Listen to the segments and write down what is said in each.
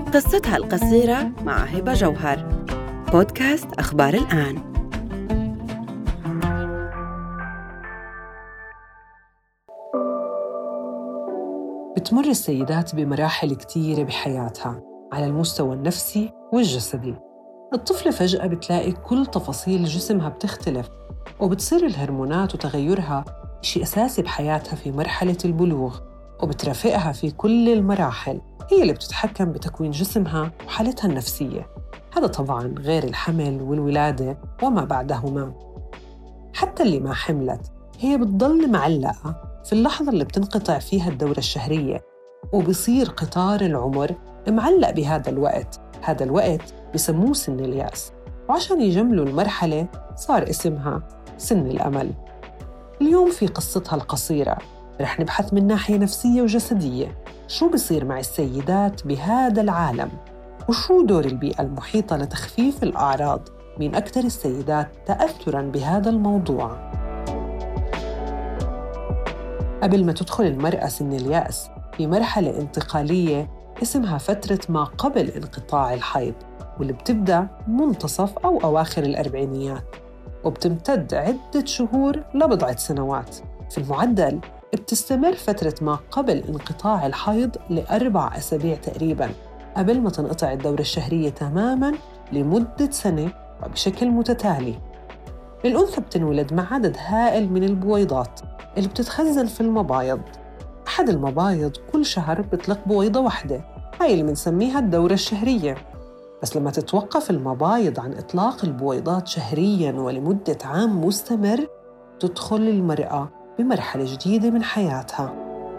قصتها القصيرة مع هبة جوهر. بودكاست أخبار الآن. بتمر السيدات بمراحل كتيرة بحياتها على المستوى النفسي والجسدي. الطفلة فجأة بتلاقي كل تفاصيل جسمها بتختلف، وبتصير الهرمونات وتغيرها شيء أساسي بحياتها في مرحلة البلوغ، وبترافقها في كل المراحل. هي اللي بتتحكم بتكوين جسمها وحالتها النفسية. هذا طبعاً غير الحمل والولادة وما بعدهما. حتى اللي ما حملت هي بتضل معلقة في اللحظة اللي بتنقطع فيها الدورة الشهرية، وبصير قطار العمر معلق بهذا الوقت. هذا الوقت بسموه سن اليأس، وعشان يجملوا المرحلة صار اسمها سن الأمل. اليوم في قصتها القصيرة رح نبحث من ناحية نفسية وجسدية شو بصير مع السيدات بهذا العالم، وشو دور البيئة المحيطة لتخفيف الأعراض. مين أكثر السيدات تأثراً بهذا الموضوع؟ قبل ما تدخل المرأة سن اليأس في مرحلة انتقالية اسمها فترة ما قبل انقطاع الحيض، واللي بتبدأ منتصف أو أواخر الأربعينيات، وبتمتد عدة شهور لبضعة سنوات. في المعدل بتستمر فترة ما قبل انقطاع الحيض ل4 أسابيع تقريباً، قبل ما تنقطع الدورة الشهرية تماماً لمدة سنة وبشكل متتالي. الأنثى بتنولد مع عدد هائل من البويضات اللي بتتخزن في المبايض. أحد المبايض كل شهر بتلق بويضة واحدة، هاي اللي بنسميها الدورة الشهرية. بس لما تتوقف المبايض عن إطلاق البويضات شهرياً ولمدة عام مستمر، تدخل المرأة بمرحلة جديدة من حياتها.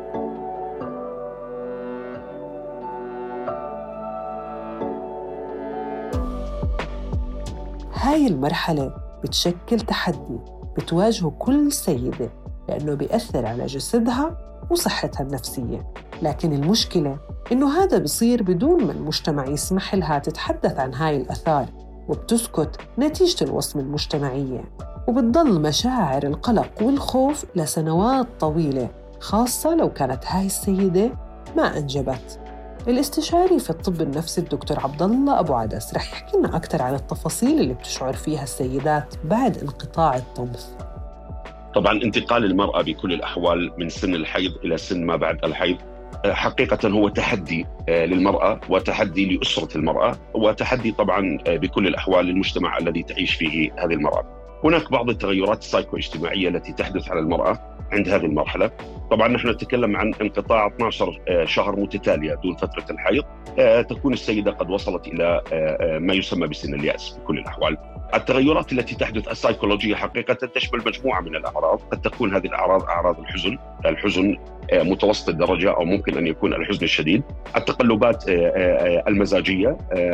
هاي المرحلة بتشكل تحدي بتواجهه كل سيدة، لأنه بيأثر على جسدها وصحتها النفسية. لكن المشكلة إنه هذا بيصير بدون ما المجتمع يسمح لها تتحدث عن هاي الآثار، وبتسكت نتيجة الوصمة المجتمعية، وبتضل مشاعر القلق والخوف لسنوات طويلة، خاصة لو كانت هاي السيدة ما أنجبت. الاستشاري في الطب النفسي الدكتور عبد الله أبو عدس رح يحكي لنا أكثر عن التفاصيل اللي بتشعر فيها السيدات بعد انقطاع الطمث. طبعاً انتقال المرأة بكل الأحوال من سن الحيض إلى سن ما بعد الحيض حقيقة هو تحدي للمرأة، وتحدي لأسرة المرأة، وتحدي طبعاً بكل الأحوال للمجتمع الذي تعيش فيه هذه المرأة. هناك بعض التغيرات السايكو-اجتماعية التي تحدث على المرأة عند هذه المرحلة. طبعاً نحن نتكلم عن انقطاع 12 شهر متتالية دون فترة الحيض. تكون السيدة قد وصلت إلى ما يسمى بسن اليأس بكل الأحوال. التغيرات التي تحدث السيكولوجية حقيقة تشمل مجموعة من الأعراض. قد تكون هذه الأعراض أعراض الحزن متوسط الدرجة، أو ممكن أن يكون الحزن الشديد. التقلبات المزاجية،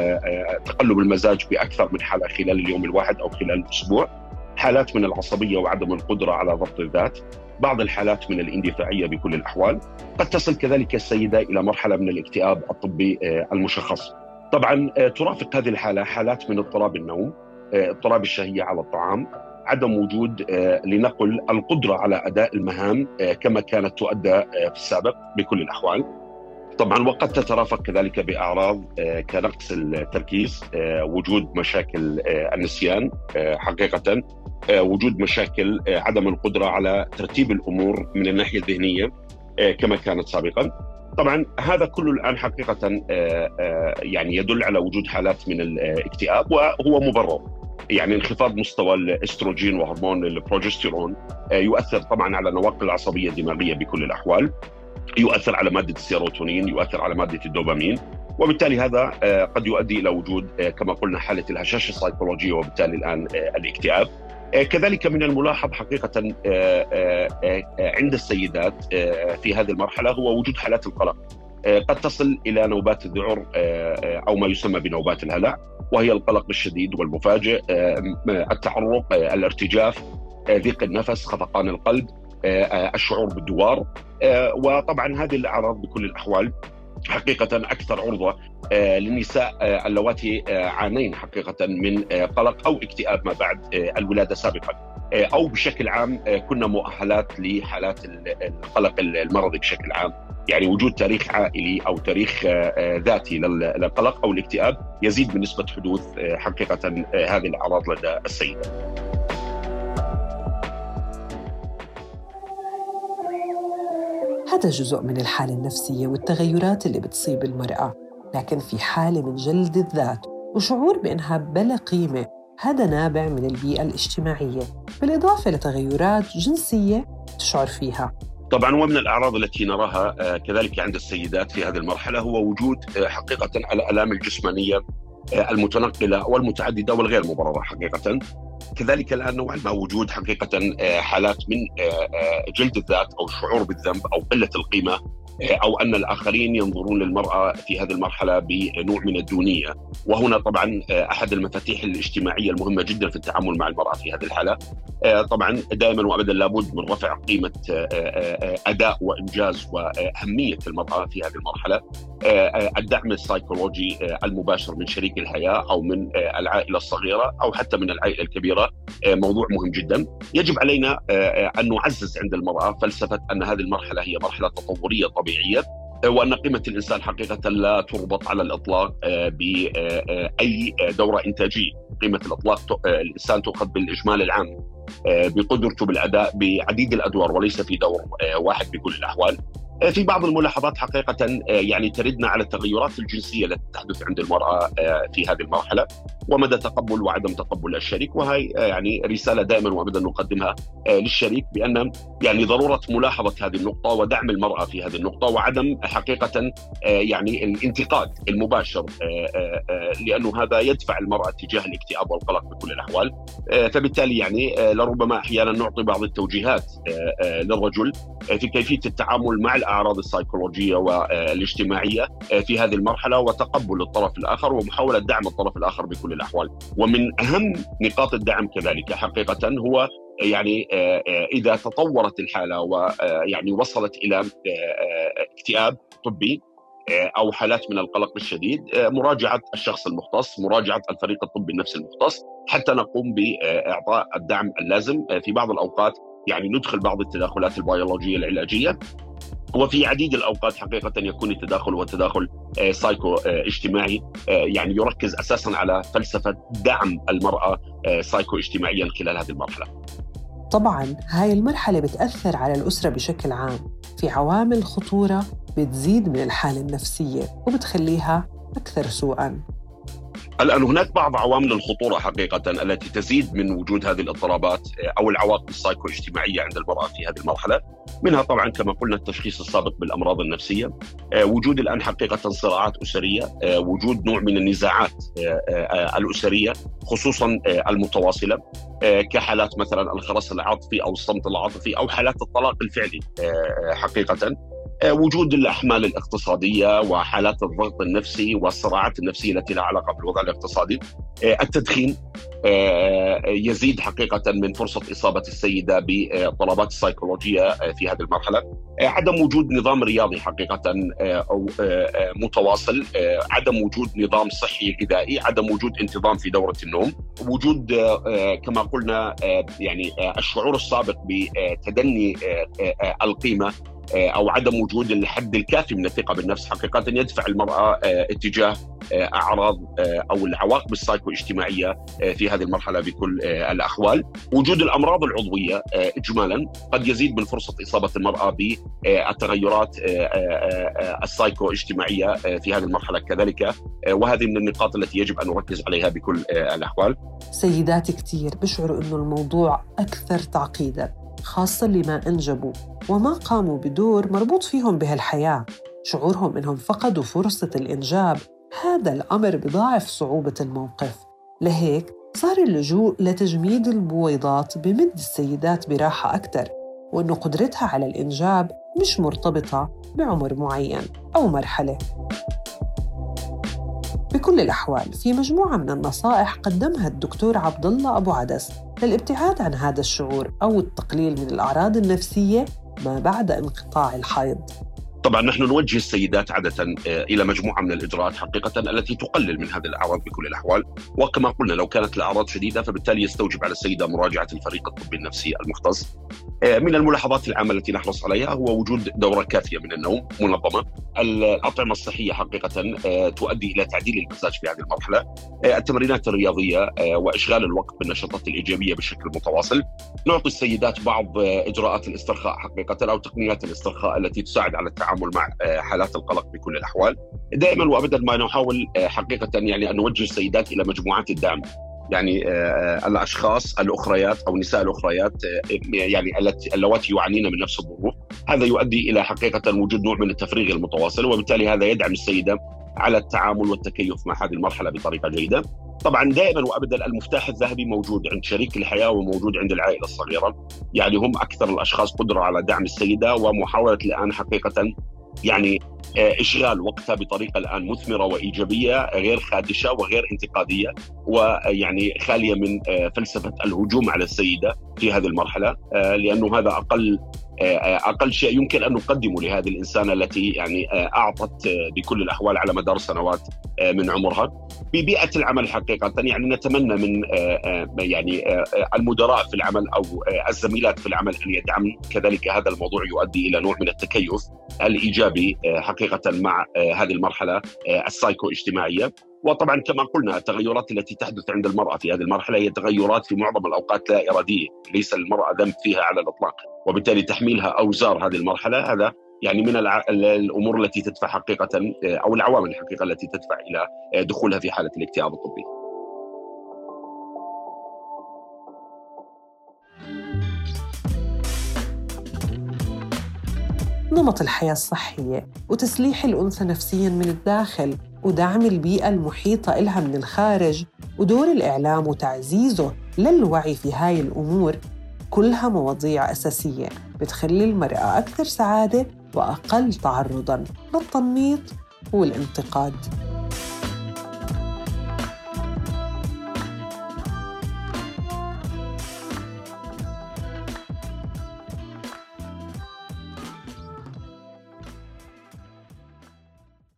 تقلب المزاج بأكثر من حالة خلال اليوم الواحد أو خلال الأسبوع. حالات من العصبية وعدم القدرة على ضبط الذات. بعض الحالات من الاندفاعية بكل الأحوال. قد تصل كذلك السيدة إلى مرحلة من الاكتئاب الطبي المشخص. طبعا ترافق هذه الحالة حالات من اضطراب النوم، اضطراب الشهية على الطعام، عدم وجود لنقل القدرة على أداء المهام كما كانت تؤدى في السابق بكل الأحوال. طبعا وقد تترافق كذلك بأعراض كنقص التركيز، وجود مشاكل النسيان، حقيقة وجود مشاكل عدم القدرة على ترتيب الأمور من الناحية الذهنية كما كانت سابقا. طبعا هذا كله الآن حقيقة يعني يدل على وجود حالات من الاكتئاب، وهو مبرر. يعني انخفاض مستوى الاستروجين وهرمون البروجستيرون يؤثر طبعا على النواقل العصبية الدماغية بكل الأحوال، يؤثر على مادة السيروتونين، يؤثر على مادة الدوبامين، وبالتالي هذا قد يؤدي إلى وجود كما قلنا حالة الهشاشة السيكولوجية، وبالتالي الآن الاكتئاب. كذلك من الملاحظ حقيقة عند السيدات في هذه المرحلة هو وجود حالات القلق. قد تصل إلى نوبات الذعر أو ما يسمى بنوبات الهلع، وهي القلق الشديد والمفاجئ، التعرق، الارتجاف، ضيق النفس، خفقان القلب، الشعور بالدوار. وطبعا هذه الأعراض بكل الأحوال حقيقة أكثر عرضة للنساء اللواتي عانين حقيقة من قلق أو اكتئاب ما بعد الولادة سابقا، أو بشكل عام كنا مؤهلات لحالات القلق المرضي بشكل عام. يعني وجود تاريخ عائلي أو تاريخ ذاتي للقلق أو الاكتئاب يزيد من نسبة حدوث حقيقة هذه الأعراض لدى السيدة. هذا جزء من الحالة النفسية والتغيرات اللي بتصيب المرأة، لكن في حالة من جلد الذات وشعور بأنها بلا قيمة، هذا نابع من البيئة الاجتماعية بالإضافة لتغيرات جنسية تشعر فيها. طبعاً ومن الأعراض التي نراها كذلك عند السيدات في هذه المرحلة هو وجود حقيقة الآلام الجسمانية المتنقلة والمتعددة والغير مبررة حقيقة. كذلك الآن نوعا ما وجود حقيقة حالات من جلد الذات أو الشعور بالذنب أو قلة القيمة أو أن الآخرين ينظرون للمرأة في هذه المرحلة بنوع من الدونية. وهنا طبعا أحد المفاتيح الاجتماعية المهمة جدا في التعامل مع المرأة في هذه الحالة طبعا دائما وأبدا لابد من رفع قيمة أداء وإنجاز وأهمية المرأة في هذه المرحلة. الدعم السيكولوجي المباشر من شريك الحياة أو من العائلة الصغيرة أو حتى من العائلة الكبيرة موضوع مهم جدا. يجب علينا أن نعزز عند المرأة فلسفة أن هذه المرحلة هي مرحلة تطورية طبيعية، وأن قيمة الإنسان حقيقة لا تربط على الإطلاق بأي دورة إنتاجية. قيمة الإطلاق الإنسان تؤخذ بالإجمال العام بقدرته بالأداء بعديد الأدوار وليس في دور واحد بكل الأحوال. في بعض الملاحظات حقيقة يعني تردنا على التغيرات الجنسية التي تحدث عند المرأة في هذه المرحلة ومدى تقبل وعدم تقبل الشريك، وهي يعني رسالة دائما وأبدا نقدمها للشريك بأن يعني ضرورة ملاحظة هذه النقطة ودعم المرأة في هذه النقطة وعدم حقيقة يعني الانتقاد المباشر لأنه هذا يدفع المرأة تجاه الاكتئاب والقلق بكل الأحوال. فبالتالي يعني لربما أحيانا نعطي بعض التوجيهات للرجل في كيفية التعامل مع الأعراض السيكولوجية والاجتماعية في هذه المرحلة وتقبل الطرف الآخر ومحاولة دعم الطرف الآخر بكل الأحوال. ومن أهم نقاط الدعم كذلك حقيقة هو يعني إذا تطورت الحالة ويعني وصلت إلى اكتئاب طبي أو حالات من القلق الشديد مراجعة الشخص المختص، مراجعة الفريق الطبي النفسي المختص حتى نقوم بإعطاء الدعم اللازم. في بعض الأوقات يعني ندخل بعض التدخلات البيولوجية العلاجية، وفي عديد الأوقات حقيقة يكون التداخل هو تداخل سايكو اجتماعي يعني يركز أساساً على فلسفة دعم المرأة سايكو اجتماعياً خلال هذه المرحلة. طبعاً هاي المرحلة بتأثر على الأسرة بشكل عام، في عوامل خطورة بتزيد من الحالة النفسية وبتخليها أكثر سوءاً. الآن هناك بعض عوامل الخطورة حقيقة التي تزيد من وجود هذه الاضطرابات أو العواقب السايكو اجتماعية عند المرأة في هذه المرحلة. منها طبعا كما قلنا التشخيص السابق بالأمراض النفسية، وجود الآن حقيقة صراعات أسرية، وجود نوع من النزاعات الأسرية خصوصا المتواصلة كحالات مثلا الخرس العاطفي أو الصمت العاطفي أو حالات الطلاق الفعلي حقيقة، وجود الأحمال الاقتصادية وحالات الضغط النفسي والصراعات النفسية التي لها علاقة بالوضع الاقتصادي. التدخين يزيد حقيقة من فرصة إصابة السيدة باضطرابات السيكولوجية في هذه المرحلة. عدم وجود نظام رياضي حقيقة أو متواصل، عدم وجود نظام صحي غذائي، عدم وجود انتظام في دورة النوم، وجود كما قلنا يعني الشعور السابق بتدني القيمة أو عدم وجود الحد الكافي من الثقة بالنفس حقيقة يدفع المرأة اتجاه أعراض أو العواقب السايكو اجتماعية في هذه المرحلة بكل الأحوال. وجود الأمراض العضوية إجمالا قد يزيد من فرصة إصابة المرأة بالتغيرات السايكو اجتماعية في هذه المرحلة كذلك، وهذه من النقاط التي يجب أن نركز عليها بكل الأحوال. سيدات كتير بيشعروا أنه الموضوع أكثر تعقيدا، خاصة لما أنجبوا وما قاموا بدور مربوط فيهم بهالحياة. شعورهم أنهم فقدوا فرصة الإنجاب، هذا الأمر بضاعف صعوبة الموقف. لهيك صار اللجوء لتجميد البويضات بمد السيدات براحة أكثر، وأنه قدرتها على الإنجاب مش مرتبطة بعمر معين أو مرحلة. بكل الأحوال في مجموعة من النصائح قدمها الدكتور عبد الله أبو عدس للابتعاد عن هذا الشعور أو التقليل من الأعراض النفسية ما بعد انقطاع الحيض. طبعا نحن نوجه السيدات عادة إلى مجموعة من الإجراءات حقيقة التي تقلل من هذه الأعراض بكل الأحوال. وكما قلنا لو كانت الأعراض شديدة فبالتالي يستوجب على السيدة مراجعة الفريق الطبي النفسي المختص. من الملاحظات العامة التي نحرص عليها هو وجود دورة كافية من النوم منظمة. الأطعمة الصحية حقيقة تؤدي إلى تعديل المزاج في هذه المرحلة. التمرينات الرياضية وإشغال الوقت بالنشاطات الإيجابية بشكل متواصل. نعطي السيدات بعض إجراءات الاسترخاء حقيقة أو تقنيات الاسترخاء التي تساعد على التعامل مع حالات القلق بكل الأحوال. دائما وأبدا ما نحاول حقيقة يعني أن نوجه السيدات إلى مجموعات الدعم، يعني الأشخاص الأخريات أو النساء الأخريات يعني اللواتي يعانين من نفس الظروف. هذا يؤدي إلى حقيقة وجود نوع من التفريغ المتواصل، وبالتالي هذا يدعم السيدة على التعامل والتكيف مع هذه المرحلة بطريقة جيدة. طبعا دائما وأبدا المفتاح الذهبي موجود عند شريك الحياة وموجود عند العائلة الصغيرة، يعني هم أكثر الأشخاص قدرة على دعم السيدة ومحاولة الآن حقيقة يعني إشغال وقتها بطريقة الآن مثمرة وإيجابية غير خادشة وغير انتقادية، ويعني خالية من فلسفة الهجوم على السيدة في هذه المرحلة، لأنه هذا أقل شيء يمكن أن نقدمه لهذه الإنسانة التي يعني أعطت بكل الأحوال على مدار سنوات من عمرها. ببيئة العمل حقيقة يعني نتمنى من يعني المدراء في العمل أو الزميلات في العمل أن يدعمن كذلك هذا الموضوع، يؤدي إلى نوع من التكيف الإيجابي حقيقة مع هذه المرحلة السايكو اجتماعية. وطبعا كما قلنا التغيرات التي تحدث عند المرأة في هذه المرحلة هي تغيرات في معظم الأوقات لا إرادية، ليس المرأة ذنب فيها على الإطلاق، وبالتالي تحميلها أوزار هذه المرحلة هذا يعني من الأمور التي تدفع حقيقة أو العوامل الحقيقة التي تدفع إلى دخولها في حالة الاكتئاب الطبي. نمط الحياة الصحية وتسليح الأنثى نفسياً من الداخل ودعم البيئة المحيطة إلها من الخارج ودور الإعلام وتعزيزه للوعي في هاي الأمور، كلها مواضيع أساسية بتخلي المرأة أكثر سعادة وأقل تعرضاً للتنميط والانتقاد.